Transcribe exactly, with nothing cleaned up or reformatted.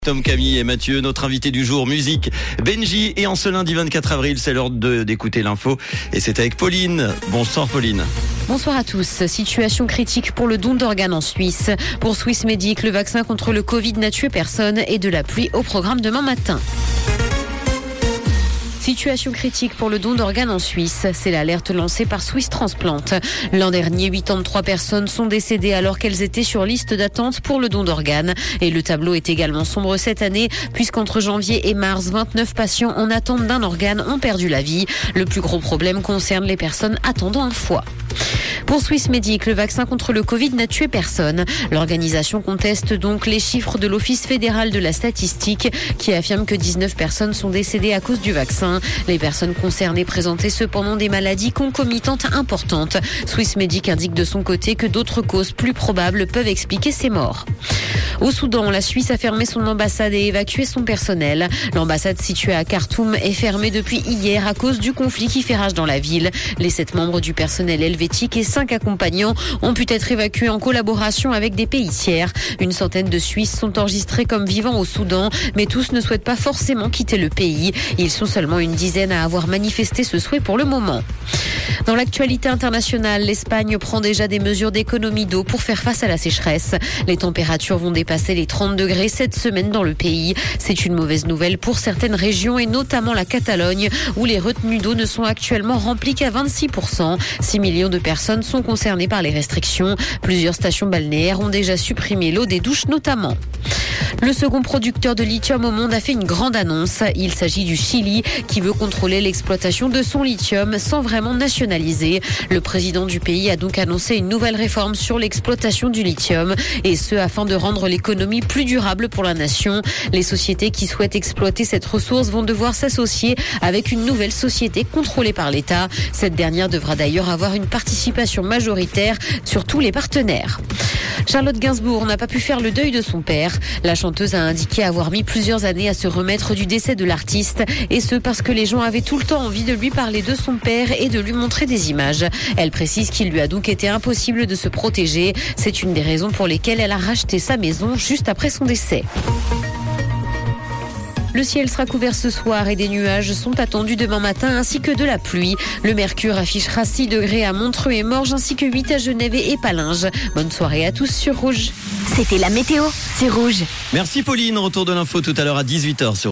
Tom, Camille et Mathieu, notre invité du jour, musique, Benji. Et en ce lundi vingt-quatre avril, c'est l'heure de, d'écouter l'info. Et c'est avec Pauline. Bonsoir Pauline. Bonsoir à tous. Situation critique pour le don d'organes en Suisse. Pour Swissmedic, le vaccin contre le Covid n'a tué personne et de la pluie au programme demain matin. Situation critique pour le don d'organes en Suisse. C'est l'alerte lancée par Swiss Transplant. L'an dernier, quatre-vingt-trois personnes sont décédées alors qu'elles étaient sur liste d'attente pour le don d'organes. Et le tableau est également sombre cette année, puisqu'entre janvier et mars, vingt-neuf patients en attente d'un organe ont perdu la vie. Le plus gros problème concerne les personnes attendant un foie. Pour Swissmedic, le vaccin contre le Covid n'a tué personne. L'organisation conteste donc les chiffres de l'Office fédéral de la statistique qui affirme que dix-neuf personnes sont décédées à cause du vaccin. Les personnes concernées présentaient cependant des maladies concomitantes importantes. Swissmedic indique de son côté que d'autres causes plus probables peuvent expliquer ces morts. Au Soudan, la Suisse a fermé son ambassade et évacué son personnel. L'ambassade située à Khartoum est fermée depuis hier à cause du conflit qui fait rage dans la ville. Les sept membres du personnel helvétique et cinq accompagnants ont pu être évacués en collaboration avec des pays tiers. Une centaine de Suisses sont enregistrés comme vivant au Soudan, mais tous ne souhaitent pas forcément quitter le pays. Ils sont seulement une dizaine à avoir manifesté ce souhait pour le moment. Dans l'actualité internationale, l'Espagne prend déjà des mesures d'économie d'eau pour faire face à la sécheresse. Les températures vont dépasser les trente degrés cette semaine dans le pays. C'est une mauvaise nouvelle pour certaines régions et notamment la Catalogne où les retenues d'eau ne sont actuellement remplies qu'à vingt-six pour cent. six millions de personnes sont concernées par les restrictions. Plusieurs stations balnéaires ont déjà supprimé l'eau des douches notamment. Le second producteur de lithium au monde a fait une grande annonce. Il s'agit du Chili qui veut contrôler l'exploitation de son lithium sans vraiment nationaliser. Le président du pays a donc annoncé une nouvelle réforme sur l'exploitation du lithium et ce afin de rendre l'économie plus durable pour la nation. Les sociétés qui souhaitent exploiter cette ressource vont devoir s'associer avec une nouvelle société contrôlée par l'État. Cette dernière devra d'ailleurs avoir une participation majoritaire sur tous les partenaires. Charlotte Gainsbourg n'a pas pu faire le deuil de son père. La chanteuse a indiqué avoir mis plusieurs années à se remettre du décès de l'artiste et ce parce que les gens avaient tout le temps envie de lui parler de son père et de lui montrer des images. Elle précise qu'il lui a donc été impossible de se protéger. C'est une des raisons pour lesquelles elle a racheté sa maison juste après son décès. Le ciel sera couvert ce soir et des nuages sont attendus demain matin ainsi que de la pluie. Le mercure affichera six degrés à Montreux et Morges ainsi que huit à Genève et Palinges. Bonne soirée à tous sur Rouge. C'était la météo sur Rouge. Merci Pauline, retour de l'info tout à l'heure à dix-huit heures sur